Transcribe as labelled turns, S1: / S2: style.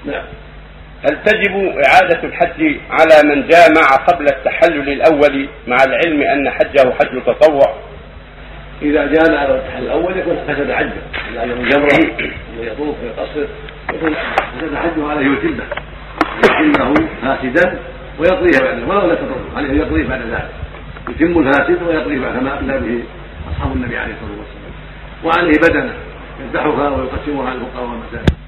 S1: نعم.
S2: هل تجب إعادة الحج على من جامع قبل التحلل الأول مع العلم أن حجه حج تطوع؟
S1: إذا جامع على التحلل الأول يكون فسد حجه، إذا يوم جمرة ويطوف ويقصر يكون فسد حجه عليه يتمه فاسدا ويقضيه بعده ولو لا تطوع، عليه يقضيه بعد ذلك، يتم الفاسد ويقضيه بعد ما أتى به أصحاب النبي عليه الصلاة والسلام. وعليه بدنه يذبحها ويقسمها على الفقراء والمساكين.